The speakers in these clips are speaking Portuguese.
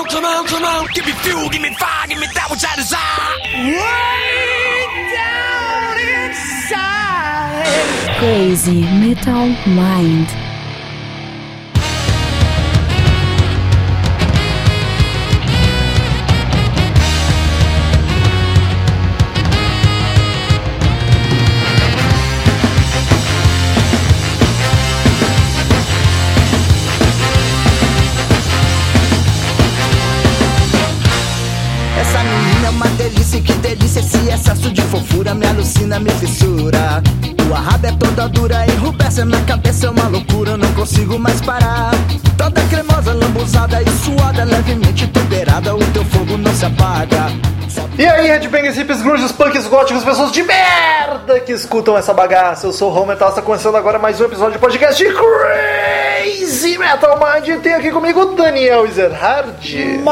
come on, give me fuel, give me fire, give me that which I desire. Way down inside. Crazy Metal Mind. Essa menina é uma delícia, que delícia esse excesso de fofura me alucina, me fissura. Tua raba é toda dura, enrubesce minha cabeça, é uma loucura, eu não consigo mais parar. Toda cremosa, lambuzada e suada, levemente temperada, o teu fogo não se apaga. E aí, headbangers, hippies, grunges, punks, góticos, pessoas de merda que escutam essa bagaça. Eu sou o Home Metal, está começando agora mais um episódio de podcast de Crazy Metal Mind. E tem aqui comigo o Daniel Ezerhard.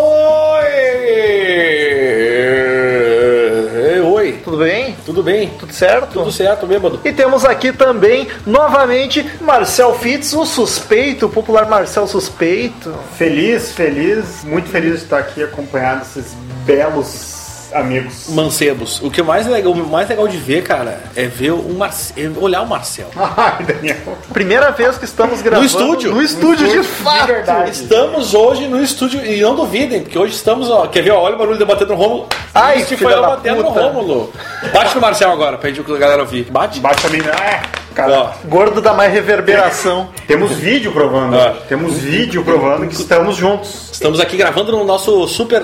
Oi. Tudo bem? Tudo bem? Tudo certo? Tudo certo, bêbado. E temos aqui também, novamente, Marcel Fitz, o suspeito, o popular Marcel Suspeito. Feliz, muito feliz de estar aqui acompanhado desses belos amigos. Mancebos. O que é mais legal de ver, cara, é ver olhar o Marcel. Ai, Daniel. Primeira vez que estamos gravando No estúdio. No estúdio de fato. verdade. Estamos hoje no estúdio, e não duvidem, porque hoje estamos, ó, quer ver, ó, olha o barulho de batendo no Rômulo. Ai, Isso filha foi eu da batendo no puta. Rômulo. Bate no Marcel agora, pra a galera ouvir. Bate? Bate a mim, cara. Ó. Gordo dá mais reverberação. Temos vídeo provando. Ah. Temos vídeo provando que estamos juntos. Estamos aqui gravando no nosso super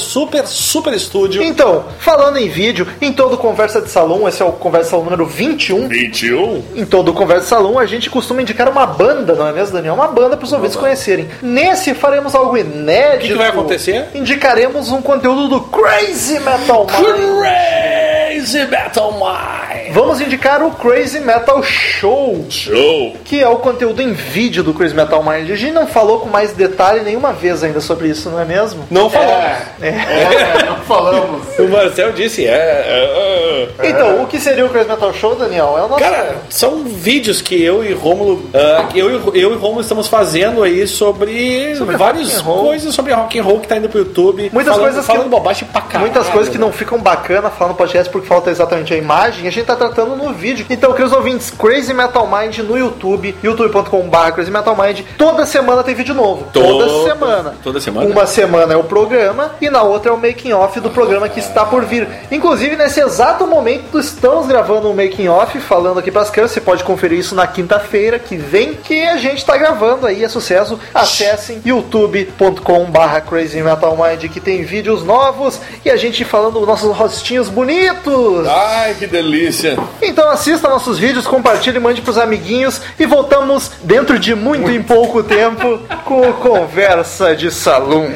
estúdio. Então, falando em vídeo, em todo Conversa de Salão, esse é o Conversa de Salão número 21. 21? Em todo Conversa de Salão, a gente costuma indicar uma banda, não é mesmo, Daniel? Uma banda para os ouvintes conhecerem. Nesse, faremos algo inédito. O que vai acontecer? Indicaremos um conteúdo do Crazy Metal Mind. Crazy Metal Mind. Vamos indicar o Crazy Metal Show, que é o conteúdo em vídeo do Crazy Metal Mind. A gente não falou com mais detalhe nenhuma vez ainda sobre isso, não é mesmo? Não falamos. Não falamos. O Marcel disse, Então, o que seria o Crazy Metal Show, Daniel? É o nosso... Cara, são vídeos que eu e Rômulo, eu e Rômulo estamos fazendo aí sobre várias rock and roll. coisas sobre rock and roll que tá indo pro YouTube. Muitas coisas falando que- bobagem pra caralho. Muitas coisas que não ficam bacana falar no podcast porque falta exatamente a imagem, a gente tá tratando no vídeo. Então, queridos ouvintes, Crazy Metal Mind no YouTube, youtube.com/, Crazy Metal Mind. Toda semana tem vídeo novo. Toda semana. Toda semana? Uma semana é o programa e na outra é o making off do programa que está por vir. Inclusive, nesse exato momento, estamos gravando um making off, falando aqui pras câmeras. Você pode conferir isso na quinta-feira que vem, que a gente tá gravando aí, é sucesso. Acessem youtube.com/, Crazy Metal Mind, que tem vídeos novos e a gente falando dos nossos rostinhos bonitos. Ai, que delícia. Então assista nossos vídeos, compartilhe, mande pros amiguinhos e voltamos dentro de muito em pouco tempo com o Conversa de Salão.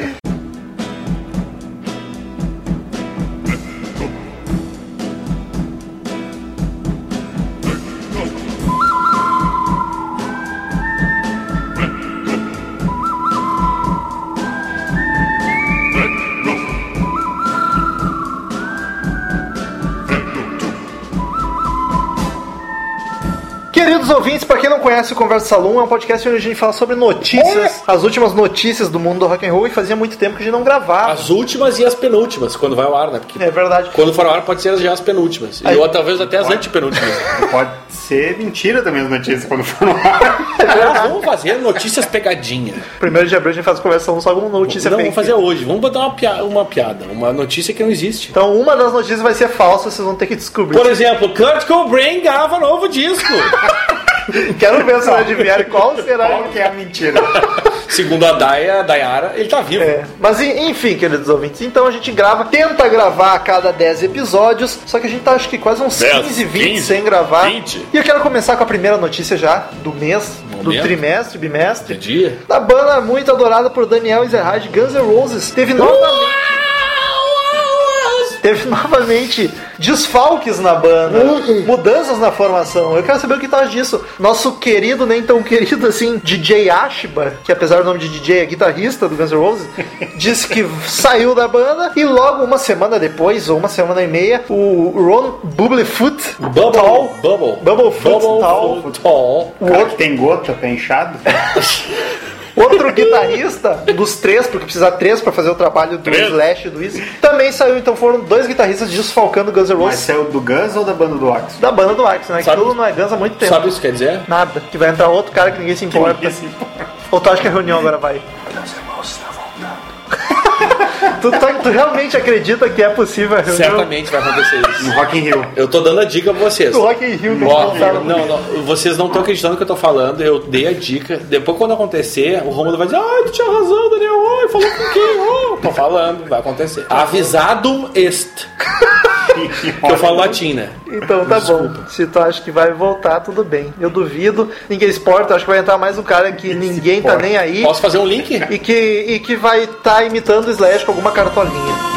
Queridos ouvintes, pra quem não conhece o Conversa Salão, é um podcast onde a gente fala sobre notícias, as últimas notícias do mundo do rock and roll, e fazia muito tempo que a gente não gravava. As últimas e as penúltimas, quando vai ao ar, né? Porque É verdade. quando for ao ar pode ser já as penúltimas. Aí- Ou talvez até as antepenúltimas. Pode ser mentira também as notícias quando for no ar. Nós vamos fazer notícias pegadinha. Primeiro de abril a gente faz Conversa Salão só com notícia Não, fake. vamos fazer hoje. Vamos botar uma piada, uma notícia que não existe. Então uma das notícias vai ser falsa, vocês vão ter que descobrir. Por exemplo, Kurt Cobain grava novo disco. Quero ver se vai adivinhar qual será. Qual que é a mentira? Segundo a Dayara, ele tá vivo. É. Mas enfim, queridos ouvintes, então a gente tenta gravar a cada 10 episódios, só que a gente tá acho que quase uns 10, 15, 20 15, sem gravar. 20. E eu quero começar com a primeira notícia já, do mês, do Momento. trimestre, bimestre. Dia. Da banda muito adorada por Daniel Ezerhard, Guns N' Roses, teve novamente desfalques na banda, mudanças na formação. Eu quero saber o que tu acha disso. Nosso querido, nem tão querido assim, DJ Ashiba, que apesar do nome de DJ é guitarrista do Guns N' Roses, disse que saiu da banda e logo uma semana depois, ou uma semana e meia, o Ron Bubblefoot Bubblefoot Tall, Tall. O cara que tem gota, tá inchado. outro guitarrista dos 3, porque precisa 3 pra fazer o trabalho do Slash e do Izzy, também saiu, então foram 2 guitarristas desfalcando Guns N' Mas Roses. saiu do Guns ou da banda do Axl? Da banda do Axl, né? Sabe- Que tudo não é Guns há muito tempo. Sabe o que isso quer dizer? Nada. Que vai entrar outro cara que ninguém se importa. Ou tu acha que a reunião agora vai? Tu realmente acredita que é possível a reunião? Certamente vai acontecer isso. No Rock in Rio. Eu tô dando a dica pra vocês. Do Rock in Rio, Ó, não. não, vocês não estão acreditando no que eu tô falando. Eu dei a dica. Depois, quando acontecer, o Romulo vai dizer: ai, tu tinha razão, Daniel. Ai, falou com quem? Oh, tô falando, vai acontecer. Avisado est. Que eu falo latim, né? Então tá bom. Se tu acha que vai voltar, tudo bem. Eu duvido. Ninguém exporta. Acho que vai entrar mais um cara que ninguém tá nem aí. Posso fazer um link? E que vai estar imitando o Slash com alguma cartolinha.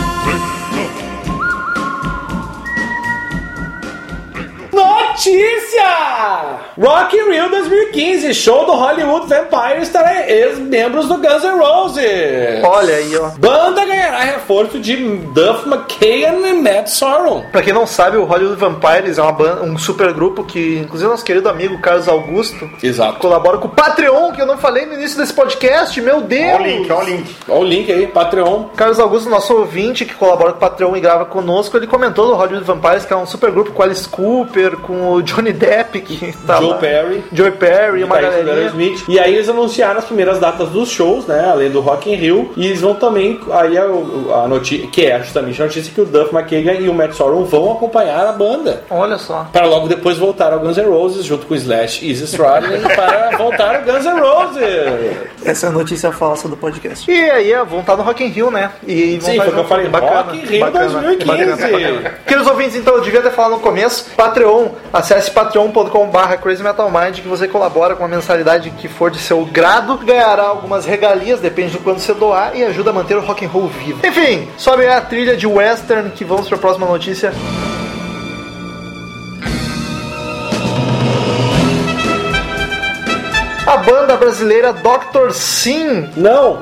Notícia! Rock in Rio 2015, show do Hollywood Vampires, terá ex-membros do Guns N' Roses. Olha aí, ó. Banda ganhará reforço de Duff McKagan e Matt Sorum. Pra quem não sabe, o Hollywood Vampires é uma banda, um super grupo que, inclusive, nosso querido amigo Carlos Augusto Exato. colabora com o Patreon, que eu não falei no início desse podcast. Meu Deus! Olha o link, olha o link. Olha o link aí, Patreon. Carlos Augusto, nosso ouvinte que colabora com o Patreon e grava conosco, ele comentou do Hollywood Vampires, que é um super grupo com Alice Cooper, com o Johnny Depp, que tá Joe lá. Perry. Joe Perry, uma Guitarrista do galerinha. Aerosmith. E aí eles anunciaram as primeiras datas dos shows, né? Além do Rock in Rio. E eles vão também. Aí a notícia, que é justamente a notícia que o Duff McKagan e o Matt Sorum vão acompanhar a banda. Olha só. Para logo depois voltar ao Guns N' Roses, junto com o Slash e Izzy Stradlin, para voltar ao Guns N' Roses. Essa é a notícia falsa do podcast. E aí, vão estar no Rock in Rio, né? E vão Sim, estar foi o que eu falei. Bacana, Rock in Rio bacana, 2015. bacana. Queridos ouvintes, então, eu devia ter falado no começo. Patreon, acesse patreon.com/crazymetalmind, que você colabora com a mensalidade que for de seu grado, ganhará algumas regalias, depende do quanto você doar, e ajuda a manter o rock and roll vivo. Enfim, sobe aí a trilha de western, que vamos para a próxima notícia. A banda brasileira Dr. Sim Não!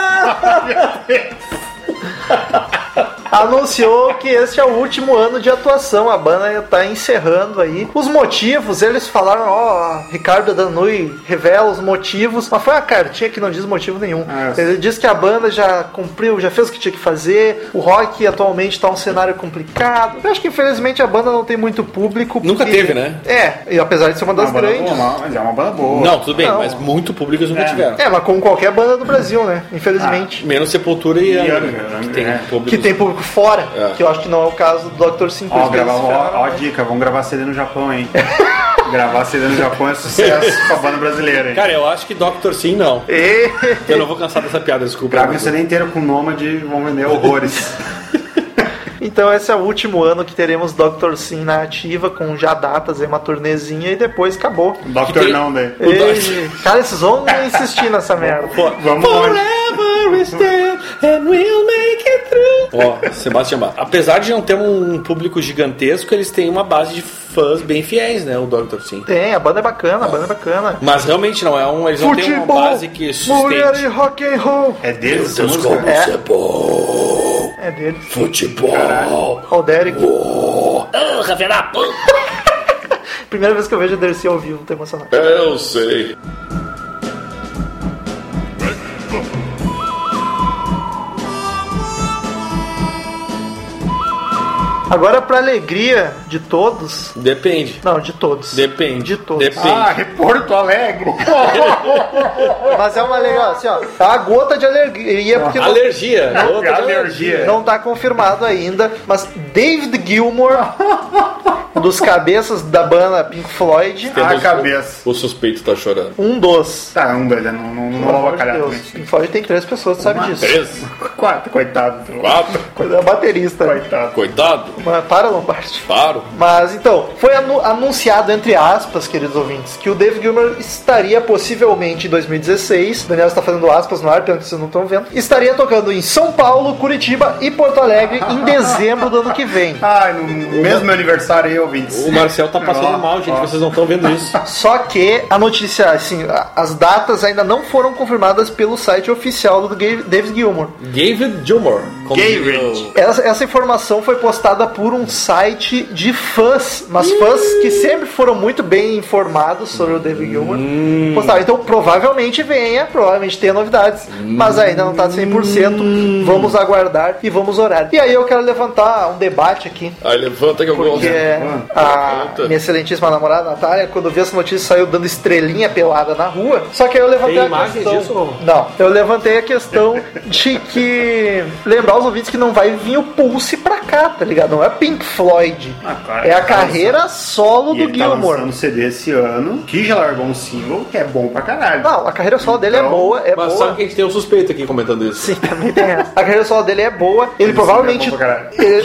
anunciou que este é o último ano de atuação. A banda está encerrando aí. Os motivos, eles falaram, Ricardo Danui revela os motivos, mas foi uma cartinha que não diz motivo nenhum. Ele diz que a banda já cumpriu, já fez o que tinha que fazer. O rock atualmente está um cenário complicado. Eu acho que infelizmente a banda não tem muito público. Nunca teve, né? E apesar de ser uma das Uma banda grandes. boa, mas é uma banda boa. Não, tudo bem, Não. mas muito público eles nunca tiveram. Mas como qualquer banda do Brasil, né? Infelizmente. Menos Sepultura e E Angra, que tem público. Que tem público fora, É. que eu acho que não é o caso do Dr. Sim. Ó, dica, vamos gravar CD no Japão, hein? Gravar CD no Japão é sucesso com a banda brasileira, hein? Cara, eu acho que Dr. Sim não. Eu não vou cansar dessa piada, desculpa. Grava o CD inteiro com Nômade e vão vender horrores. Então esse é o último ano que teremos Dr. Sim na ativa, com já datas aí, uma turnezinha, e depois acabou. Doctor não, daí. Cara, esses vão insistir nessa merda. Vamos longe. Forever we stand and we'll make it through. Ó, Sebastião Bach. Apesar de não ter um público gigantesco, eles têm uma base de fãs bem fiéis, né? O Dr. Sim. Tem, a banda é bacana, a banda é bacana. Mas realmente não é eles não têm uma base que mulher sustente. e rock and roll. É deles essa Deus, música? como isso é bom. É deles. Futebol. Ó, o Derek. Rafael, Primeira vez que eu vejo a Dercy ao vivo, tô emocionado. eu sei. Agora, pra alegria de todos... Depende. Não, de todos. Depende. De todos. Depende. Porto Alegre. Mas é uma legal, assim, ó. Tá a gota de alegria, porque Alergia. Outra Alergia. não tá confirmado ainda, mas David Gilmour, um dos cabeças da banda Pink Floyd, A cabeça. O suspeito tá chorando. um dos. Tá, beleza, não Pelo vou amor de avacalhar Deus, também. Pink Floyd tem 3 pessoas, tu sabe disso. 3, 4, coitado. 4. Coisa da baterista. Coitado. Coitado. Mas para, Lombardi. Paro. Mas então, foi anunciado, entre aspas, queridos ouvintes, que o David Gilmour estaria possivelmente em 2016, o Daniel está fazendo aspas no ar, pelo que vocês não estão vendo, estaria tocando em São Paulo, Curitiba e Porto Alegre em dezembro do ano que vem. Ai, no mesmo meu aniversário aí, ouvintes. O Marcel tá passando Ó, mal, gente. ó. Vocês não estão vendo isso. Só que a notícia, assim, as datas ainda não foram confirmadas pelo site oficial do David Gilmour. David Gilmour. como Gabriel. Essa informação foi postada por um site de fãs, mas fãs que sempre foram muito bem informados sobre o David Gilmour. Postaram. Então provavelmente tenha novidades, mas ainda não tá de 100%. Vamos aguardar e vamos orar. E aí eu quero levantar um debate aqui. Levanta que eu gosto. Porque a minha excelentíssima namorada Natália, quando viu essa notícia, saiu dando estrelinha pelada na rua. Só que aí eu levantei Tem a imagens questão. disso? Não, eu levantei a questão de que lembrar os ouvintes que não vai vir o Pulse pra cá, tá ligado? Não é Pink Floyd. Claro, É a tá carreira solo E do ele tá Gilmour. lançando CD esse ano, que já largou um single, que é bom pra caralho. Não, a carreira solo dele é Então, boa, Mas boa. sabe que a gente tem um suspeito aqui comentando isso. Sim, também tem essa. A carreira solo dele é boa. Ele Esse provavelmente. é bom pra caralho.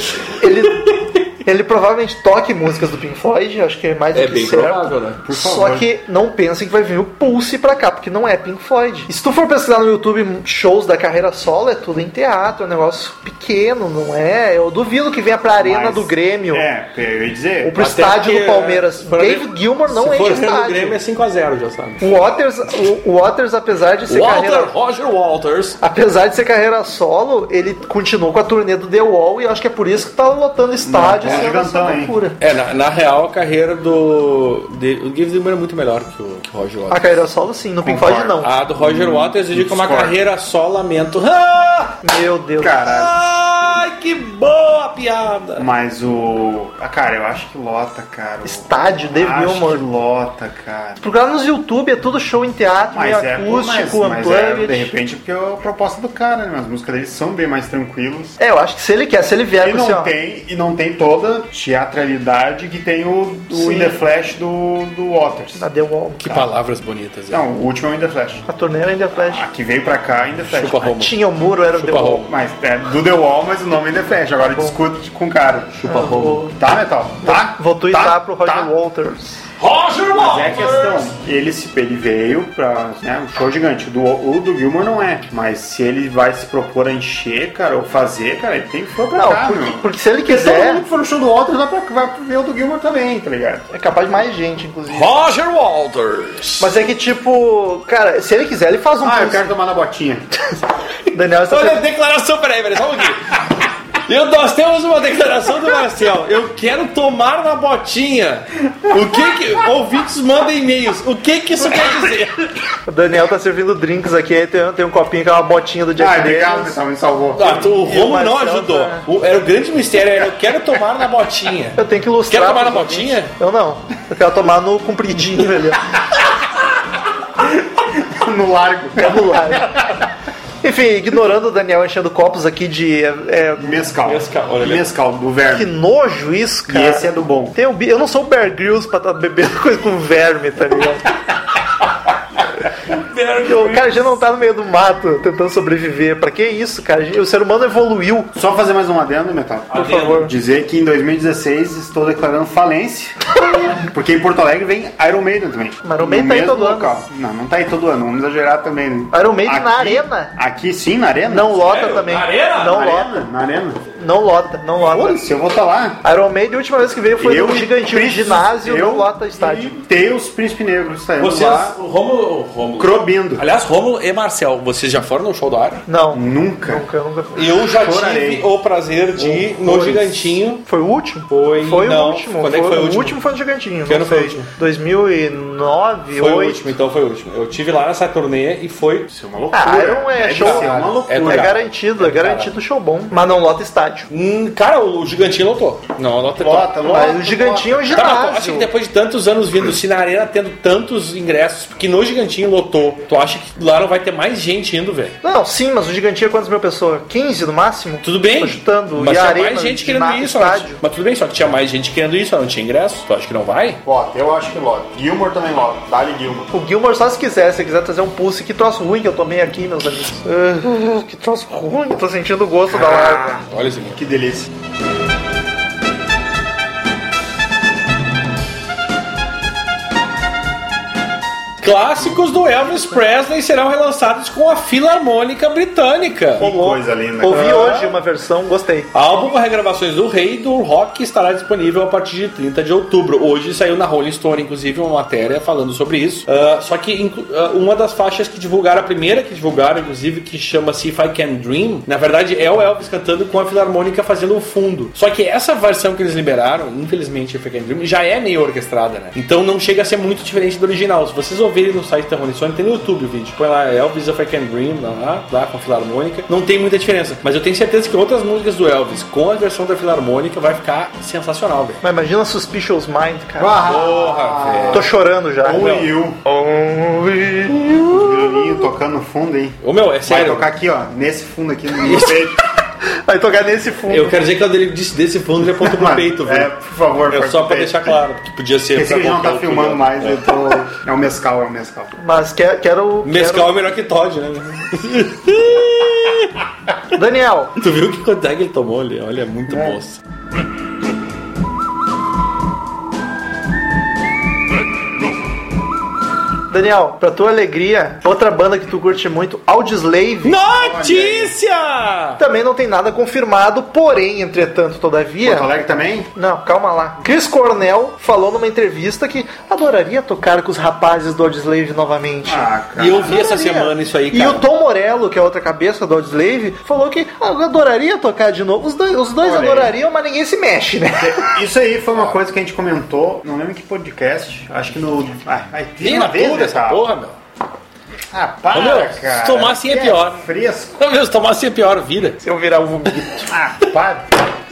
Ele provavelmente toque músicas do Pink Floyd, acho que é mais do É que bem certo. provável, né? Por Só favor. que não pensem que vai vir o Pulse pra cá, porque não é Pink Floyd. E se tu for pesquisar no YouTube shows da carreira solo, é tudo em teatro, é um negócio pequeno, não é? Eu duvido que venha pra arena Mas, do Grêmio. eu ia dizer. Ou pro Até estádio porque, do Palmeiras. pra David mim, Gilmour não Se enche for o no estádio. Grêmio é 5-0, já sabe. O Waters, apesar de ser carreira... Roger Walters. Apesar de ser carreira solo, ele continuou com a turnê do The Wall e eu acho que é por isso que tá lotando estádio Não, é sendo essa gigantão, hein? loucura. Na real, a carreira o David Gilmour é muito melhor que o Roger A Waters. carreira solo sim, no Pink Floyd não. A do Roger Waters eu digo que é uma discordo. carreira só lamento. Ah! Meu Deus. Caralho. Ai, que boa piada. Mas o. Cara, eu acho que lota, cara. Estádio, David Acho Gilmour. que lota, cara. Procurar nos YouTube, é tudo show em teatro, meio acústico, mas unplugged. de repente, porque é a proposta do cara, né? As músicas dele são bem mais tranquilas. Eu acho que se ele vier E com assim, ó. não tem toda a teatralidade que tem o Sim. In The Flash do Waters. Na The Wall. Que palavras bonitas. Não, o último é o In The Flash. A turnê era ainda Flash. A que veio pra cá é In The Flash. Chupa Romo. Tinha o muro, era o The Chupa Wall. Romo. Mas é do The Wall, mas o nome é In The Flash. Agora discute com o cara. Chupa Romo. Tá, Metal? Tá? Vou twittar Tá? pro Roger Tá? Walters. Roger Mas é a questão, ele veio pra um show gigante. O do Gilmour não é, mas se ele vai se propor a encher, cara, ou fazer, cara, ele tem que for pra Não, cá, meu. porque se ele Todo quiser, mundo que for no show do Waters vai ver o do Gilmour também, tá ligado? é capaz de mais gente, inclusive. Roger Walters. Mas é que tipo, cara, se ele quiser, ele faz um Ah, eu pulse. quero tomar na botinha. Daniel está Olha a sendo... declaração, peraí, só um pouquinho. Nós temos uma declaração do Marcel. Eu quero tomar na botinha. O que ouvintes mandam e-mails. O que isso quer dizer? O Daniel tá servindo drinks aqui, aí tem um copinho que é uma botinha do Jack Ah, obrigado, Daniels. Metal, me salvou. O Romulo não Marcel ajudou. tá- Era o grande mistério. Era eu quero tomar na botinha. Eu tenho que ilustrar. Quer tomar na pros botinha? ouvintes. Eu não. Eu quero tomar no compridinho ali. No largo. É no lado. Enfim, ignorando o Daniel enchendo copos aqui de... Mescal. Olha ali. Mescal, do que verme. nojo isso, E cara. esse é do bom. Eu não sou o Bear Grylls pra estar bebendo coisa com verme, tá ligado? O cara já não tá no meio do mato tentando sobreviver. Pra que isso, cara? O ser humano evoluiu. Só fazer mais um adendo, Metal. Por favor. Dizer que em 2016 estou declarando falência. Porque em Porto Alegre vem Iron Maiden também. Mas Iron Maiden No tá aí mesmo todo ano. local. Não tá aí todo ano. Vamos exagerar também, né? Iron Maiden na arena. Aqui sim, na arena? Não lota Sério? também. Na arena? Não na lota. arena? Na arena? Não lota. Não lota. Foda-se, eu vou estar lá. Iron Maiden, a última vez que veio foi no e gigantinho de Príncipe- ginásio, eu não lota estádio. E Teus Príncipe Negros saindo Vocês, lá, o Romulo. crobindo. Aliás, Romulo e Marcel, vocês já foram no show do Iron? Não. Nunca. Nunca fui. Eu já Chorarei. tive o prazer de ir no Horrores. Gigantinho. Foi o último? Foi o não. último. Quando é que foi o último? O último foi no gigantinho. Que ano não foi o sei. último? 2009, Foi o 2008. último, então foi o último. Eu tive lá nessa turnê e foi. Isso é uma loucura. Ah, Iron é Deve show. ser uma loucura. É É garantido show bom. Mas não lota estádio. Cara, o Gigantinho lotou. Não, lota. Mas o gigantinho é um Tá, mas tu acha ginásio. que depois de tantos anos vindo se na arena tendo tantos ingressos, porque no Gigantinho lotou, tu acha que lá não vai ter mais gente indo, velho? Não, sim, mas o gigantinho é quantas mil pessoas? 15 no máximo? Tudo bem. Tô chutando. Mas E a tinha arena mais gente de querendo isso, estádio. mas tudo bem, só que tinha mais gente querendo isso, não tinha ingresso. Tu acha que não vai? Lota, eu acho que lota. Gilmour também lota. Dali Gilmour. O Gilmour só se quiser trazer um pulse, que troço ruim que eu tomei aqui, meus amigos. Que troço ruim, tô sentindo o gosto da larva. Olha isso aqui. Que delícia. clássicos do Elvis Presley serão relançados com a Filarmônica Britânica. Que coisa linda. Ouvi hoje uma versão, gostei. Álbum com regravações do Rei do Rock estará disponível a partir de 30 de outubro. Hoje saiu na Rolling Stone, inclusive, uma matéria falando sobre isso. Só que uma das faixas que divulgaram, a primeira que divulgaram, inclusive, que chama-se If I Can Dream, na verdade é o Elvis cantando com a Filarmônica fazendo o fundo. Só que essa versão que eles liberaram, infelizmente, If I Can Dream, já é meio orquestrada, né? Então não chega a ser muito diferente do original. Se vocês ouvirem no site da Rolling Stone, tem no YouTube o vídeo. Põe lá Elvis If I Can Dream, lá com a Filarmônica. Não tem muita diferença. Mas eu tenho certeza que outras músicas do Elvis com a versão da Filarmônica vai ficar sensacional, velho. Mas imagina Suspicious Mind, cara. Porra, velho. Tô chorando já. Only You. Only You. O violininho tocando no fundo, hein? Ô meu, é sério. Vai tocar aqui, ó, nesse fundo aqui no peito. Vai tocar nesse fundo. Eu quero dizer que quando ele disse desse fundo, ele apontou pro peito, velho. Por favor. É só pra deixar claro, que podia ser. Esse que a gente não tá filmando mais, eu tô... É o mescal. Mas quero... Mescal é melhor que Todd, né? Daniel. Tu viu que quantidade que ele tomou ali? Olha, é muito moço. Daniel, pra tua alegria, outra banda que tu curte muito, Audioslave. Notícia! Também não tem nada confirmado, porém, entretanto, todavia... Porto Alegre também? Não, calma lá. Chris Cornell falou numa entrevista que adoraria tocar com os rapazes do Audioslave novamente. Ah, cara. E eu vi essa semana isso aí, cara. E o Tom Morello, que é outra cabeça do Audioslave, falou que adoraria tocar de novo. Os dois adorariam, mas ninguém se mexe, né? Isso aí foi uma coisa que a gente comentou, não lembro em que podcast, acho que no... Vem na tudo essa porra, meu. Ah, para, Ô, meu, cara. se tomar assim é pior. Fresco. Ô, meu, se tomar assim é pior, vira. Se eu virar um vomito. Ah, para.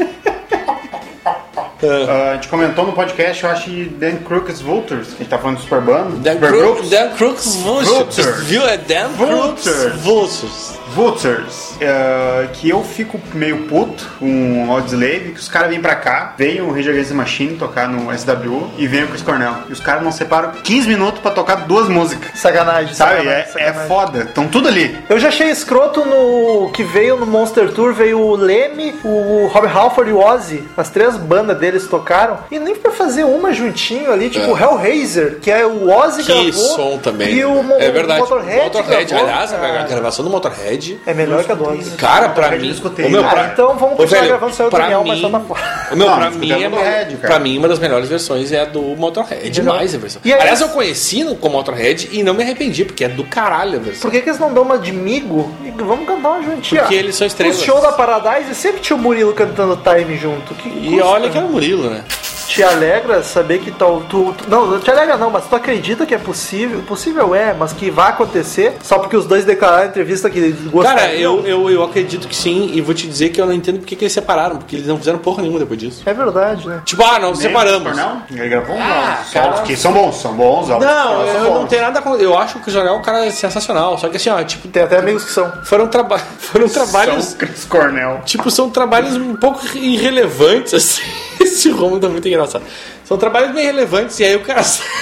A gente comentou no podcast, eu acho, de Dan Crooks Vultures, que a gente tá falando do Super Band. Dan Crooks Vultures. Viu? É Dan Crooks Vultures. Vultures. Que eu fico meio puto com o Audioslave, que os caras vêm pra cá, vem o Rage Against the Machine tocar no SW e vem o Chris Cornell. E os caras não separam 15 minutos pra tocar duas músicas. Sacanagem, Sabe? sacanagem. É foda. Estão tudo ali. Eu já achei escroto no que veio no Monster Tour, veio o Lemmy, o Rob Halford e o Ozzy. As três bandas deles tocaram. E nem pra fazer uma juntinho ali, tipo o Hellraiser, que é o Ozzy Que gravou, som também. E o É verdade. Motorhead gravou. Aliás, a gravação do Motorhead. É melhor que a do Ozzy. Cara, pra Eu mim. escutei. Ô, meu, Então vamos continuar velho, gravando saiu o pra Daniel, mim- mas só na fora. Ô, meu, Não, pra mas mim, escutei o Motorhead, cara. pra mim, uma das melhores versões é a do Motorhead. Demais a versão. E aí- Aliás, eu conheci com o Motorhead e não me arrependi, porque é do caralho a versão. Por que eles não dão uma de migo? E vamos cantar uma juntinha. Porque eles são estrelas. O show da Paradise sempre tinha o Murilo cantando Time junto. Que E custa? olha que é o Murilo, né? Te alegra saber que não te alegra não, mas tu acredita que é possível? Possível é, mas que vai acontecer só porque os dois declararam em entrevista que gostariam. Cara, eu acredito que sim, e vou te dizer que eu não entendo porque que eles separaram, porque eles não fizeram porra nenhuma depois disso. É verdade, né? Tipo, não, separamos. Não? Ele gravou Ah, uns cara. álbuns que são bons álbuns. Não, são eu não bons. tenho nada com. Eu acho que o Jornal é um cara sensacional. Só que assim, ó, tipo, Tem até amigos que são. foram trabalhos. São Chris Cornell. Tipo, são trabalhos um pouco irrelevantes, assim. Esse Romulo tá muito engraçado. São trabalhos bem relevantes, e aí o cara.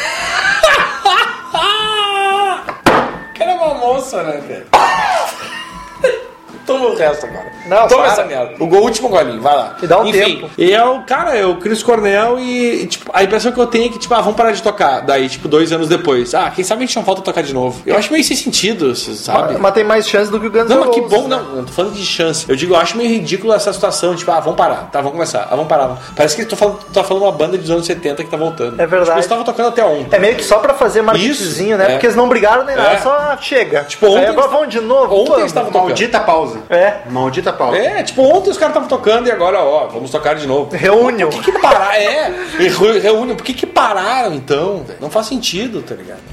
O cara é uma moça, né, velho? Toma o resto agora. Não, Toma para. essa merda. O último golinho, vai lá. E dá um tempo. E é o cara, é o Chris Cornell e, tipo, a impressão que eu tenho é que, tipo, vamos parar de tocar. Daí, tipo, 2 anos depois. Quem sabe a gente não volta a tocar de novo. Eu acho meio sem sentido, você sabe? Mas tem mais chance do que o Guns N' Não, mas Roses. que bom, né? não tô falando de chance. Eu digo, eu acho meio ridículo essa situação, tipo, vamos parar, tá, vamos começar, vamos parar. Parece que tá falando uma banda dos anos 70 que tá voltando. É verdade. Tipo, eles estavam tocando até ontem. É meio que só pra fazer marketingzinho, né? é. Porque eles não brigaram nem nada, É. só chega. Tipo, ontem Aí agora eles- vão de novo. Ontem vamos. eles estavam tocando. Maldita pausa. É. Maldita pausa. É, tipo, ontem os caras estavam tocando e agora, ó, vamos tocar de novo. Reúne. Por que parar? Reúne. Por que pararam então, velho? Não faz sentido, tá ligado?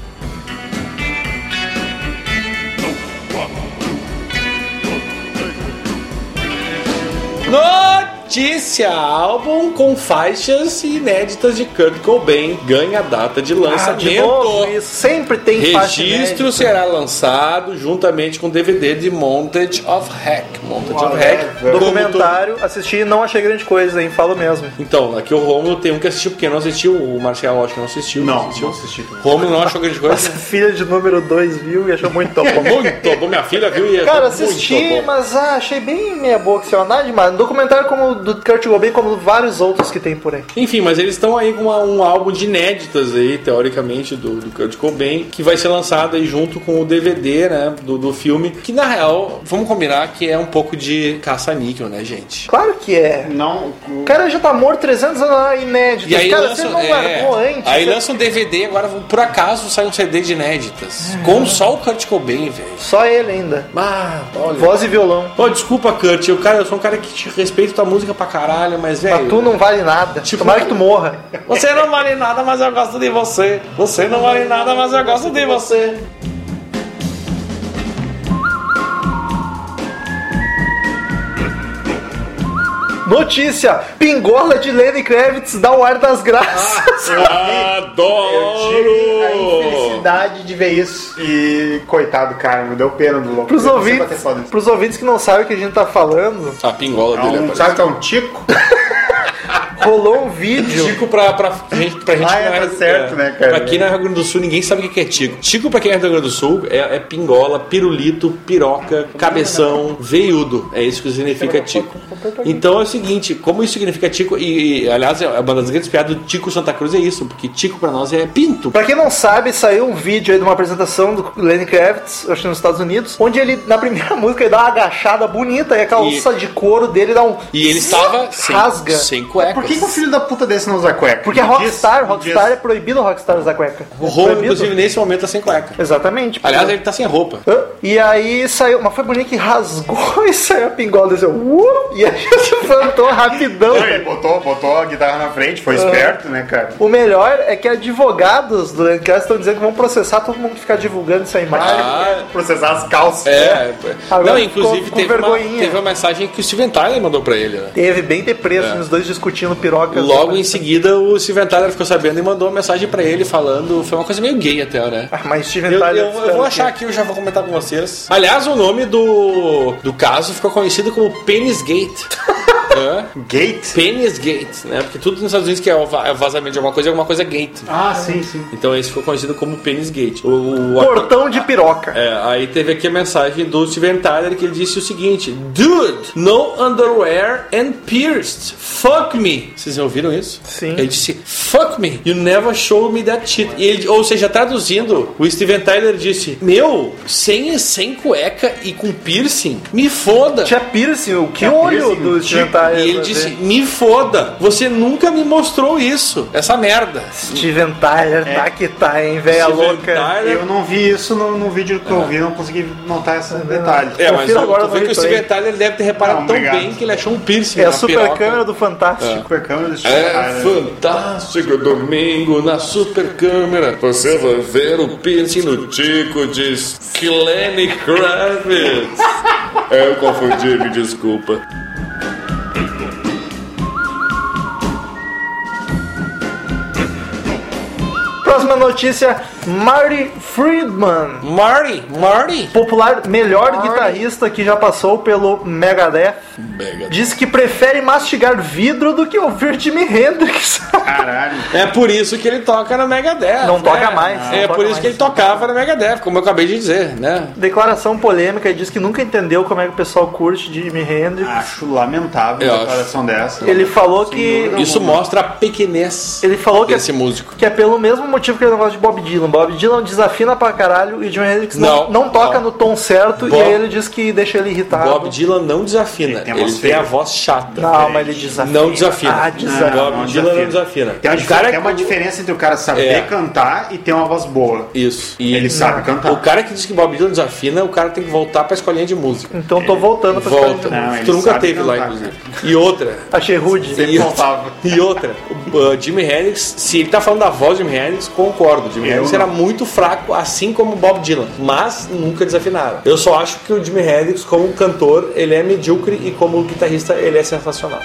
Notícia! Álbum com faixas inéditas de Kurt Cobain ganha data de lançamento. De novo, isso. Sempre tem faixa Registro inédita. será lançado juntamente com DVD de Montage of Heck. Montage of Heck. Documentário, assisti e não achei grande coisa, hein? Falo mesmo. Então, aqui o Romulo tem um que assistiu, porque não assistiu. O Marcial acho que não assistiu. Não assistiu. assisti também. Romulo não achou grande Nossa coisa. filha de número 2 viu e achou muito top. Muito bom, minha filha viu e achou Cara, muito assisti, bom. mas achei bem meia boca, sem nada demais. Um documentário como do Kurt Cobain como vários outros que tem por aí. Enfim, mas eles estão aí com um álbum de inéditas aí, teoricamente, do Kurt Cobain, que vai ser lançado aí junto com o DVD, né, do filme, que na real, vamos combinar que é um pouco de caça-níquel, né, gente? Claro que é. Não, O cara já tá morto 300 anos inédito. E aí Cara, lança, você não largou antes. aí você- lança um DVD, agora por acaso sai um CD de inéditas. Com só o Kurt Cobain, velho. Só ele ainda. Ah, olha. Voz e violão. Ô, desculpa, Kurt, eu sou um cara que te respeito tua música pra caralho, mas, velho... Mas tu não vale nada. Tipo- Tomara que tu morra. Você não vale nada, mas eu gosto de você. Você não vale nada, mas eu gosto de você. Notícia: Pingola de Lenny Kravitz dá o ar das graças. eu tive a Adoro! infelicidade de ver isso. E coitado, cara, me deu pena do louco. Pros Eu não sei bater ouvintes, foda nisso. pros ouvintes que não sabem o que a gente tá falando, A pingola dele Não, aparece. sabe que é um tico? rolou um vídeo. Tico pra gente Ah, que não tá certo, né, cara? Pra quem não é Rio Grande do Sul, ninguém sabe o que é tico. Tico, pra quem é do Rio Grande do Sul, é pingola, pirulito, piroca, cabeção, veiudo. É isso que significa tico. Então é o seguinte, como isso significa tico, e aliás, é uma das grandes piadas do Tico Santa Cruz é isso, porque tico pra nós é pinto. Pra quem não sabe, saiu um vídeo aí de uma apresentação do Lenny Kravitz, eu acho que nos Estados Unidos, onde ele, na primeira música, ele dá uma agachada bonita e a calça de couro dele dá um... E ele estava rasga. sem cuecas. Por que o filho da puta desse não usa cueca? Porque é Me diz, Rockstar, me Rockstar diz. é proibido o Rockstar usar cueca. O Romulo, Proibido? inclusive, nesse momento tá sem cueca. Exatamente. Aliás, ele tá sem roupa. E aí saiu, mas foi bonito que rasgou e saiu a pingola desse, e aí se levantou rapidão. Não, ele botou a guitarra na frente, foi esperto, né, cara? O melhor é que advogados do Lenny Kravitz estão dizendo que vão processar todo mundo que ficar divulgando essa imagem. Ah, Processar as calças. é. Agora Não, inclusive ficou teve vergonhinha. uma mensagem que o Steven Tyler mandou pra ele, né? Teve bem depresso, os dois discutindo pirocas. Logo em seguida, o Steven Tyler ficou sabendo e mandou uma mensagem pra ele falando. Foi uma coisa meio gay até, né? Ah, mas Steven Eu, Tyler... eu vou achar aqui, eu já vou comentar com vocês. Aliás, o nome do caso ficou conhecido como Penis Gate. Gate? Penis Gate, né? Porque tudo nos Estados Unidos que é o vazamento de alguma coisa é gate. Ah, sim, sim. Então esse ficou conhecido como Penis Gate. Portão de piroca. Aí teve aqui a mensagem do Steven Tyler que ele disse o seguinte: Dude, no underwear and pierced. Fuck me. Vocês já ouviram isso? Sim. Ele disse, fuck me. You never showed me that shit. E ele, ou seja, traduzindo, o Steven Tyler disse: Meu, sem cueca e com piercing, me foda. Tinha piercing, o que Tinha olho piercing, do Steven Tyler. E ele disse, me foda. Você nunca me mostrou isso. Essa merda. Steven Tyler, tá que tá, hein, velha Steven louca. Tyler- Eu não vi isso no vídeo que eu vi, não consegui notar esse detalhe. É, mas Confira agora tu no vê que o replay. Steven Tyler deve ter reparado Não, tão obrigado. bem que ele achou um piercing É a na super piroca. câmera do Fantástico. Super câmera do Steven É Tyler. fantástico domingo na super câmera. Você vai ver o piercing no tico de Lenny Kravitz. Eu confundi, me desculpa. Próxima notícia, Marty Friedman. Marty. Popular melhor guitarrista que já passou pelo Megadeth, diz que prefere mastigar vidro do que ouvir Jimi Hendrix. Caralho. É por isso que ele toca na Megadeth. Não né? toca mais, não É toca por isso mais. que ele tocava na Megadeth, como eu acabei de dizer, né? Declaração polêmica, ele diz que nunca entendeu como é que o pessoal curte Jimi Hendrix. Acho lamentável Eu uma acho. declaração dessa. Ele falou que Isso mostra a pequenez ele falou que desse músico. que é pelo mesmo motivo que ele não gosta de Bob Dylan. Bob Dylan desafina pra caralho e Jimi Hendrix Não, não toca não. no tom certo Bob- e aí ele diz que deixa ele irritado. Bob Dylan não desafina, Ele tem a ele voz tem a feia. voz chata. Não, mas ele desafina. Não desafina. Ah, desafina. Bob não Dylan desafina. não desafina. Tem uma diferença entre o cara saber É. cantar e ter uma voz boa. Isso. E Ele sabe cantar. O cara que diz que Bob Dylan desafina, o cara tem que voltar pra escolinha de música. Então tô voltando pra Volta. ficar- Não, ele Tu nunca sabe teve lá, cantar, inclusive. E outra. Achei rude. Sempre faltava. E outra, o Jimi Hendrix, se ele tá falando da voz de Jimi Hendrix, concordo. Jimi Eu Hendrix não. era muito fraco, assim como Bob Dylan, mas nunca desafinaram. Eu só acho que o Jimi Hendrix, como cantor, ele é medíocre e como guitarrista, ele é sensacional.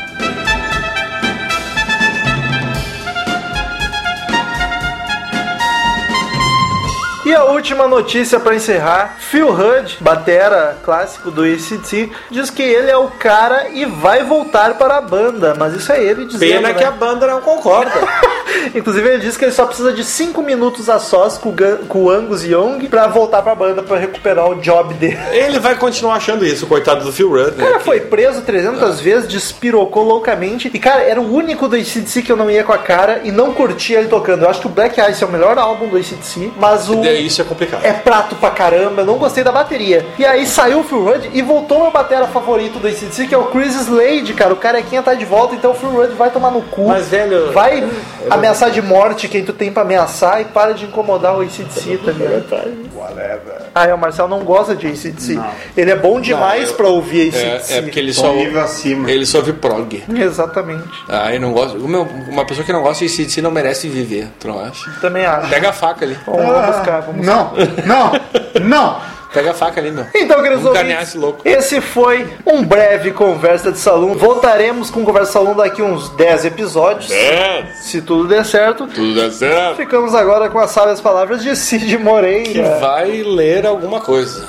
E a última notícia pra encerrar. Phil Rudd, batera clássico do AC/DC, diz que ele é o cara e vai voltar para a banda. Mas isso é ele dizendo, Pena né? que a banda não concorda. Inclusive ele disse que ele só precisa de 5 minutos a sós com o Angus Young pra voltar pra banda pra recuperar o job dele. Ele vai continuar achando isso, coitado do Phil Rudd. O cara foi preso 300 vezes, despirocou loucamente. E, cara, era o único do AC/DC que eu não ia com a cara e não curtia ele tocando. Eu acho que o Black Ice é o melhor álbum do AC/DC, mas o... Isso é complicado. É prato pra caramba, eu não gostei da bateria. E aí saiu o Phil Rudd e voltou meu batera favorito do AC/DC, que é o Chris Slade, cara. O carequinha tá de volta, então o Phil Rudd vai tomar no cu. Mas, velho... Vai ameaçar de morte quem tu tem pra ameaçar e para de incomodar o AC/DC, tá ligado? O Marcel não gosta de AC/DC. Ele é bom demais pra ouvir AC/DC. É porque ele Tô só... um nível acima. Ele só ouve prog. Exatamente. Eu não gosto... Uma pessoa que não gosta de AC/DC não merece viver, tu não acha? Também acho. Pega a faca ali. Vamos buscar, vamos buscar. Não! Pega a faca ali, meu. Então, queridos Um ouvintes, carneasse louco. esse foi um breve Conversa de Salão. Voltaremos com Conversa de Salão daqui uns 10 episódios. Se tudo der certo. Tudo dá certo. Ficamos agora com as sábias palavras de Cid Moreira. Que vai ler alguma coisa.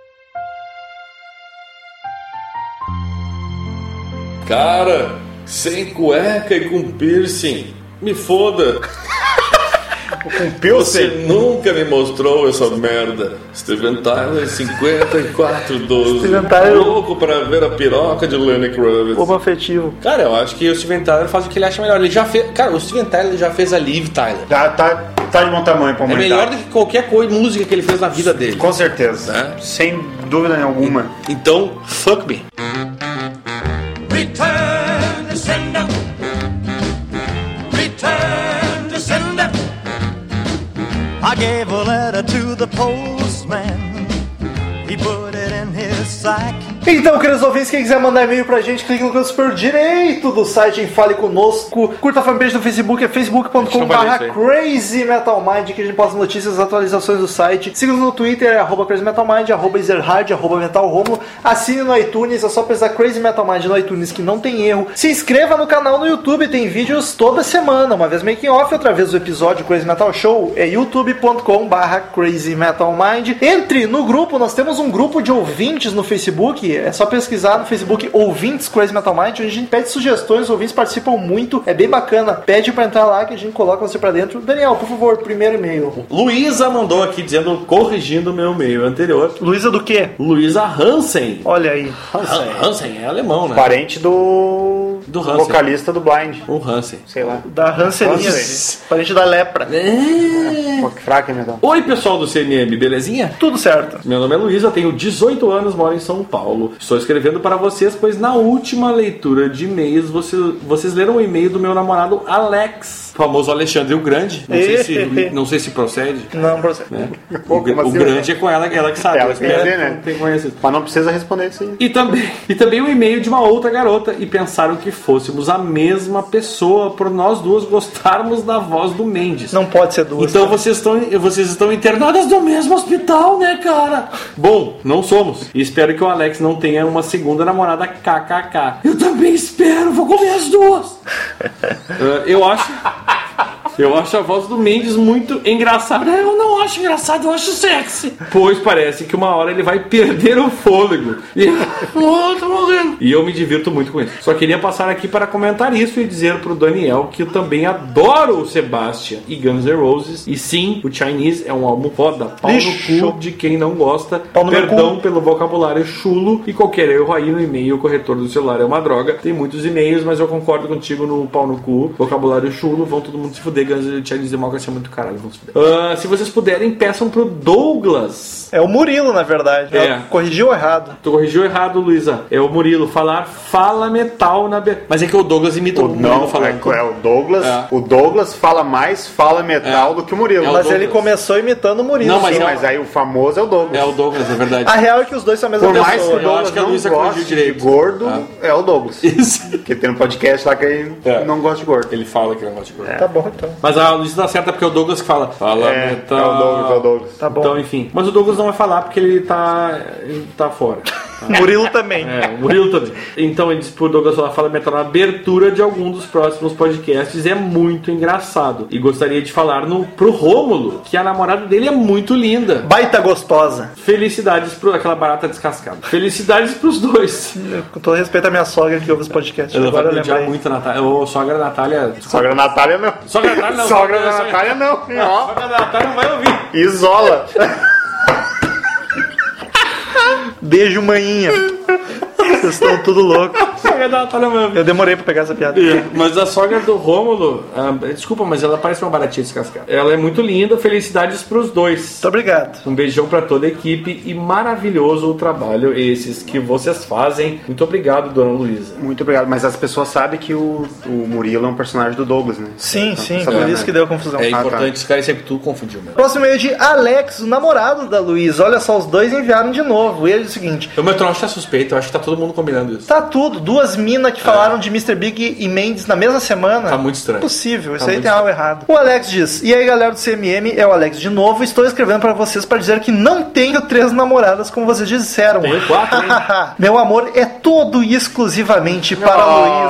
Cara, sem cueca e com piercing. Me foda. Você nunca me mostrou essa merda. Steven Tyler, 5412. Steven Tyler- Louco pra ver a piroca de Lenny Kravitz. Como afetivo. Cara, eu acho que o Steven Tyler faz o que ele acha melhor. Ele já fez... Cara, o Steven Tyler já fez a Liv Tyler. Tá de bom tamanho pra É humanidade. melhor do que qualquer coisa, música que ele fez na vida dele. Com certeza. É. Sem dúvida nenhuma. Então, fuck me. Return to sender. Return to sender. I gave a letter to the postman. He put it in his sack. Então, queridos ouvintes, quem quiser mandar e-mail pra gente, clique no canto superior direito do site em Fale Conosco. Curta a fanpage do Facebook, é facebook.com/Crazy Metal Mind, que a gente posta notícias, atualizações do site. Siga-nos no Twitter, é @Crazy Metal Mind, @Ezerhard, @MetalRomulo. Assine no iTunes, é só pesquisar Crazy Metal Mind no iTunes que não tem erro. Se inscreva no canal no YouTube, tem vídeos toda semana, uma vez making off, outra vez o episódio Crazy Metal Show, é youtube.com/Crazy Metal Mind. Entre no grupo, nós temos um grupo de ouvintes no Facebook. É só pesquisar no Facebook Ouvintes Crazy Metal Mind, onde a gente pede sugestões, os ouvintes participam muito, é bem bacana. Pede pra entrar lá que a gente coloca você pra dentro. Daniel, por favor, primeiro e-mail. Luísa mandou aqui dizendo, corrigindo o meu e-mail anterior. Luísa do quê? Luísa Hansen. Olha aí. Hansen é alemão, né? Parente do Hansen. vocalista do Blind. O Hansen. Sei lá. Da Hanselinha, Hansen. parente da lepra. Pô, que fraca, meu Deus. Oi, pessoal do CMM, belezinha? Tudo certo. Meu nome é Luísa, tenho 18 anos, moro em São Paulo. Estou escrevendo para vocês, pois na última leitura de e-mails vocês leram o e-mail do meu namorado Alex, famoso Alexandre o Grande. Não sei se procede. Não, procede. Né? Pô, O como assim, Grande é com ela que sabe. Ela que Eu espero tem, né? que tenha conhecido. Mas não precisa responder isso aí. E também um e-mail de uma outra garota e pensaram que fôssemos a mesma pessoa por nós duas gostarmos da voz do Mendes. Não pode ser duas. Então vocês estão internadas no mesmo hospital, né, cara? Bom, não somos. E espero que o Alex não tenha uma segunda namorada KKK. Eu também espero, vou comer as duas. Eu acho a voz do Mendes muito engraçada. Eu não acho engraçado, eu acho sexy. Pois parece que uma hora ele vai perder o fôlego. E tô morrendo. E eu me divirto muito com isso. Só queria passar aqui para comentar isso e dizer pro Daniel que eu também adoro o Sebastian e Guns N' Roses. E sim, o Chinese é um álbum foda. Pau no cu de quem não gosta. Perdão pelo vocabulário chulo. E qualquer erro aí no e-mail, o corretor do celular é uma droga. Tem muitos e-mails, mas eu concordo contigo no pau no cu. Vocabulário chulo, vão todo mundo se fuder. Guns N' Chinese Democracy é muito caralho. Se vocês puderem, peçam pro Douglas. É o Murilo, na verdade. É. Corrigiu errado. Tu corrigiu errado, Luísa. É o Murilo falar fala metal na... Mas é que o Douglas imita o Murilo falando. O Douglas. É. O Douglas fala mais fala metal do que o Murilo. É o Mas Douglas. ele começou imitando o Murilo. Não, mas Sim, é o- mas aí o famoso é o Douglas. É o Douglas, é verdade. A real é que os dois são a mesma Por mais que pessoa. o Douglas acho que a não Luísa goste corrigiu de direito. gordo, é o Douglas. Isso. Porque tem um podcast lá que ele não gosta de gordo. Ele fala que não gosta de gordo. Tá bom, então. Mas a Luísa tá certa porque é o Douglas que fala fala É metal. o Douglas, é o Douglas. Tá bom. Então, enfim. Mas o Douglas não vai falar porque ele tá fora. Murilo também. O Murilo também. Então ele disse pro Douglas Fala Metal na abertura de algum dos próximos podcasts. É muito engraçado. E gostaria de falar pro Rômulo que a namorada dele é muito linda. Baita gostosa. Felicidades pro... Aquela barata descascada. Felicidades pros dois. Com todo respeito à minha sogra que ouve os podcasts. Ela Agora vai eu pedir lembrei. muito a Natália. Ô, sogra Natália... Sogra Natália não. Sogra Natália não. Sogra Natália não. Ó, Sogra Natália não vai ouvir. isola. Beijo, maninha. Vocês estão tudo loucos. Sogra Natália não vai ouvir. Eu demorei pra pegar essa piada. Mas a sogra do Rômulo, desculpa, mas ela parece uma baratinha descascada. Ela é muito linda, felicidades pros dois. Muito obrigado. Um beijão pra toda a equipe e maravilhoso o trabalho esses que vocês fazem. Muito obrigado, dona Luísa. Muito obrigado, mas as pessoas sabem que o Murilo é um personagem do Douglas, né? Sim, Então, sim, sabendo, por isso né? que deu confusão. É tá. importante, esse cara sempre tudo confundiu mesmo. Próximo e-mail de Alex, o namorado da Luísa. Olha só, os dois enviaram de novo. Ele diz o seguinte: O meu troço tá suspeito, eu acho que tá todo mundo combinando isso. tá tudo, duas minas que falaram de Mr. Big e Mendes na mesma semana. Tá muito estranho. Impossível, isso Tá aí muito tem algo errado. O Alex diz: e aí galera do CMM, é o Alex de novo. Estou escrevendo pra vocês para dizer que não tenho 3 namoradas, como vocês disseram. Tenho 4, hein? Meu amor é todo e exclusivamente para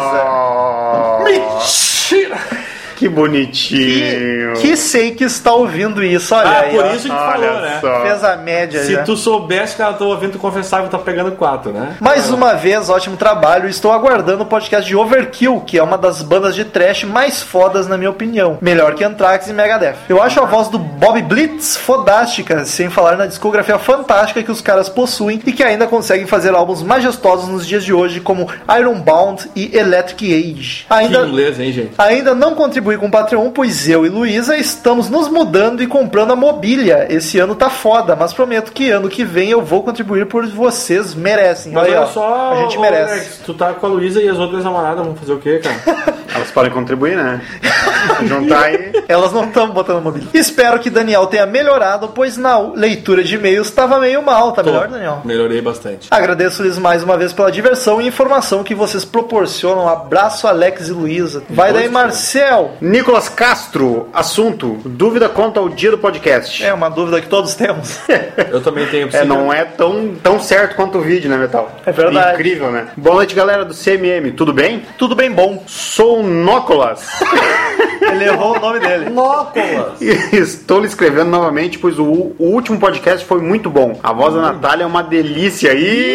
a Luísa. Mentira! Que bonitinho. Que sei que está ouvindo isso, olha aí. por ó. isso que Olha falou, né? só. Fez a média Se já. tu soubesse que ela tá ouvindo, tu confessava que tá pegando 4, né? Mais uma vez, ótimo trabalho. Estou aguardando o podcast de Overkill, que é uma das bandas de thrash mais fodas, na minha opinião. Melhor que Anthrax e Megadeth. Eu acho a voz do Bob Blitz fodástica, sem falar na discografia fantástica que os caras possuem e que ainda conseguem fazer álbuns majestosos nos dias de hoje, como Ironbound e Electric Age. Que Ainda inglês, hein, gente? Ainda não contribuí com o Patreon, pois eu e Luísa estamos nos mudando e comprando a mobília. Esse ano tá foda, mas prometo que ano que vem eu vou contribuir por vocês merecem. Mas Aí, olha ó, só, a gente ô, merece. Alex, tu tá com a Luísa e as outras namoradas, vamos fazer o quê, cara? Elas podem contribuir, né? Juntar aí. Elas não estão botando mobília. Espero que Daniel tenha melhorado, pois na leitura de e-mails estava meio mal. Tá melhor, Daniel? Melhorei bastante. Agradeço-lhes mais uma vez pela diversão e informação que vocês proporcionam. Abraço, Alex e Luísa. Vai daí, Marcel. Nicolas Castro, assunto: dúvida quanto ao dia do podcast. É uma dúvida que todos temos. Eu também tenho Não é tão certo quanto o vídeo, né, Metal? É verdade. Incrível, né? Boa noite, galera do CMM, tudo bem? Tudo bem bom. Sou o Nócolas. Ele errou o nome dele. Nócolas! E estou lhe escrevendo novamente, pois o último podcast foi muito bom. A voz da Natália é uma delícia.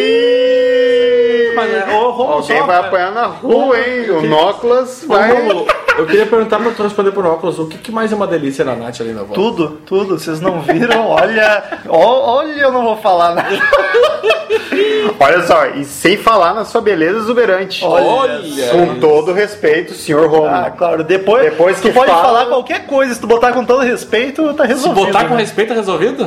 Mas, ô, Romulo, Alguém só, vai apanhar na rua, hein? O Nócolas Ô, vai... Romulo, eu queria perguntar pra tu responder por óculos, o que mais é uma delícia na Nath ali na voz? Tudo, vocês não viram? Olha, eu não vou falar nada. Olha só, e sem falar na sua beleza exuberante. Olha! Com todo respeito, senhor Romulo. Ah, claro, depois que tu pode fala- falar qualquer coisa, se tu botar com todo respeito, tá Se resolvido. botar com né? respeito, é resolvido?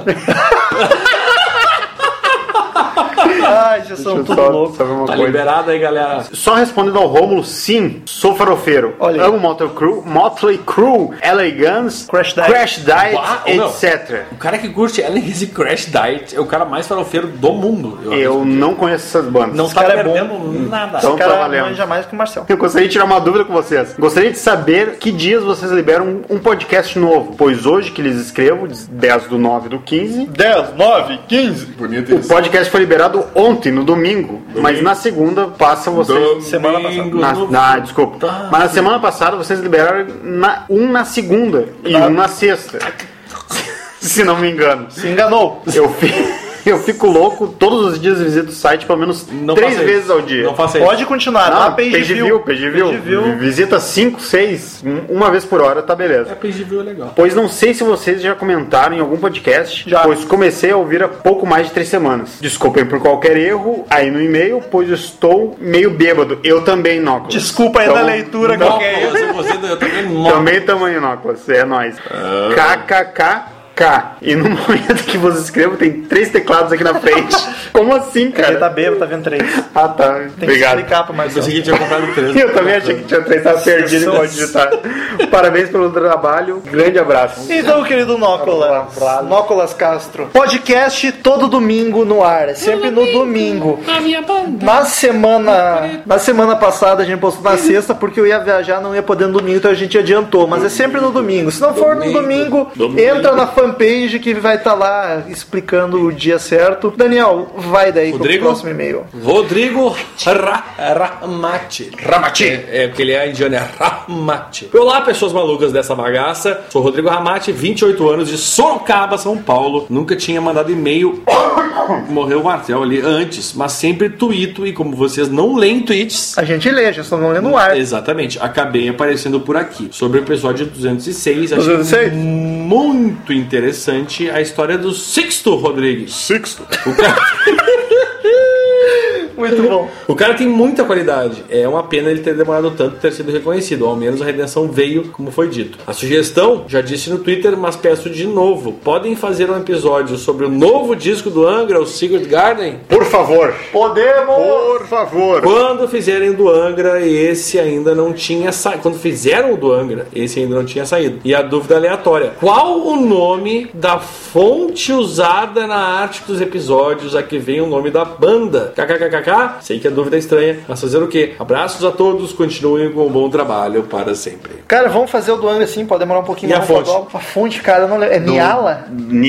Ai, já são Deixa eu tudo só louco. saber uma Tá coisa. liberado aí, galera. Só respondendo ao Rômulo, sim, sou farofeiro. Olha aí. Amo Motley Crue, LA Guns, Crash Diet. Ah, ô, meu, etc. O cara que curte Alex e Crash Diet é o cara mais farofeiro do mundo. Eu não conheço essas bandas. Não tá cara é perdendo nada. Então Esse cara tá valendo. manja mais que o Marcel. Eu gostaria de tirar uma dúvida com vocês. Gostaria de saber que dias vocês liberam um podcast novo. Pois hoje que lhes escrevo, 10/9/15, 10, 9, 15. Bonito o podcast foi liberado ontem, no domingo. Mas na segunda passa vocês... Semana passada. Desculpa. Tá. Mas na semana passada vocês liberaram um na segunda e um na sexta. Se não me engano. Se enganou. Eu fico louco, todos os dias visito o site pelo menos Não 3 faça vezes isso. ao dia. Não faça isso. Pode continuar, Não, tá? Page view. Visita 5, 6, uma vez por hora, tá beleza. É, page view é legal. Pois não sei se vocês já comentaram em algum podcast, Já. pois comecei a ouvir há pouco mais de 3 semanas. Desculpem por qualquer erro aí no e-mail, pois estou meio bêbado. Eu também, Nóculas. Desculpa aí Então, na leitura não, qualquer erro. Eu também Também tamanho, Nóculas. É nóis. KKK. E no momento que você escreve, tem 3 teclados aqui na frente. Como assim, Ele cara? tá bêbado, tá vendo 3. Ah, tá. Tem que Obrigado. explicar pro Eu Marcel. pensei que tinha comprado 3. Eu também achei que tinha 3, tava perdido e pode digitar. Parabéns pelo trabalho. Grande abraço. Então, querido Nócolas Castro, podcast todo domingo no ar, é sempre no domingo. Na semana passada a gente postou na sexta porque eu ia viajar, não ia poder no domingo, então a gente adiantou, mas é sempre no domingo. Se não for no domingo, entra na fanpage fanpage que vai estar lá explicando o dia certo. Daniel, vai daí pro próximo e-mail. Rodrigo Ramati. É porque ele é indiano, é Ramati. Olá, pessoas malucas dessa bagaça. Sou Rodrigo Ramati, 28 anos, de Sorocaba, São Paulo. Nunca tinha mandado e-mail. Morreu o Marcel ali antes, mas sempre tuito. E como vocês não leem tweets, a gente lê, a gente só não lê no ar. Exatamente, acabei aparecendo por aqui. Sobre o episódio 206, achei muito interessante a história do Sixto Rodrigues. Sixto. O cara... Muito bom. O cara tem muita qualidade. É uma pena ele ter demorado tanto ter sido reconhecido. Ao menos a redenção veio, como foi dito. A sugestão, já disse no Twitter, mas peço de novo. Podem fazer um episódio sobre o novo disco do Angra, o Secret Garden? Por favor. Podemos! Por favor. Quando fizerem do Angra, esse ainda não tinha saído. Quando fizeram o do Angra, esse ainda não tinha saído. E a dúvida aleatória. Qual o nome da fonte usada na arte dos episódios a que vem o nome da banda? KKKK. Sei que a dúvida é estranha, mas fazer o quê? Abraços a todos, continuem com um bom trabalho para sempre. Cara, vamos fazer o do Angra assim, pode demorar um pouquinho. E a fonte? A fonte, cara, eu não lembro. É Niala?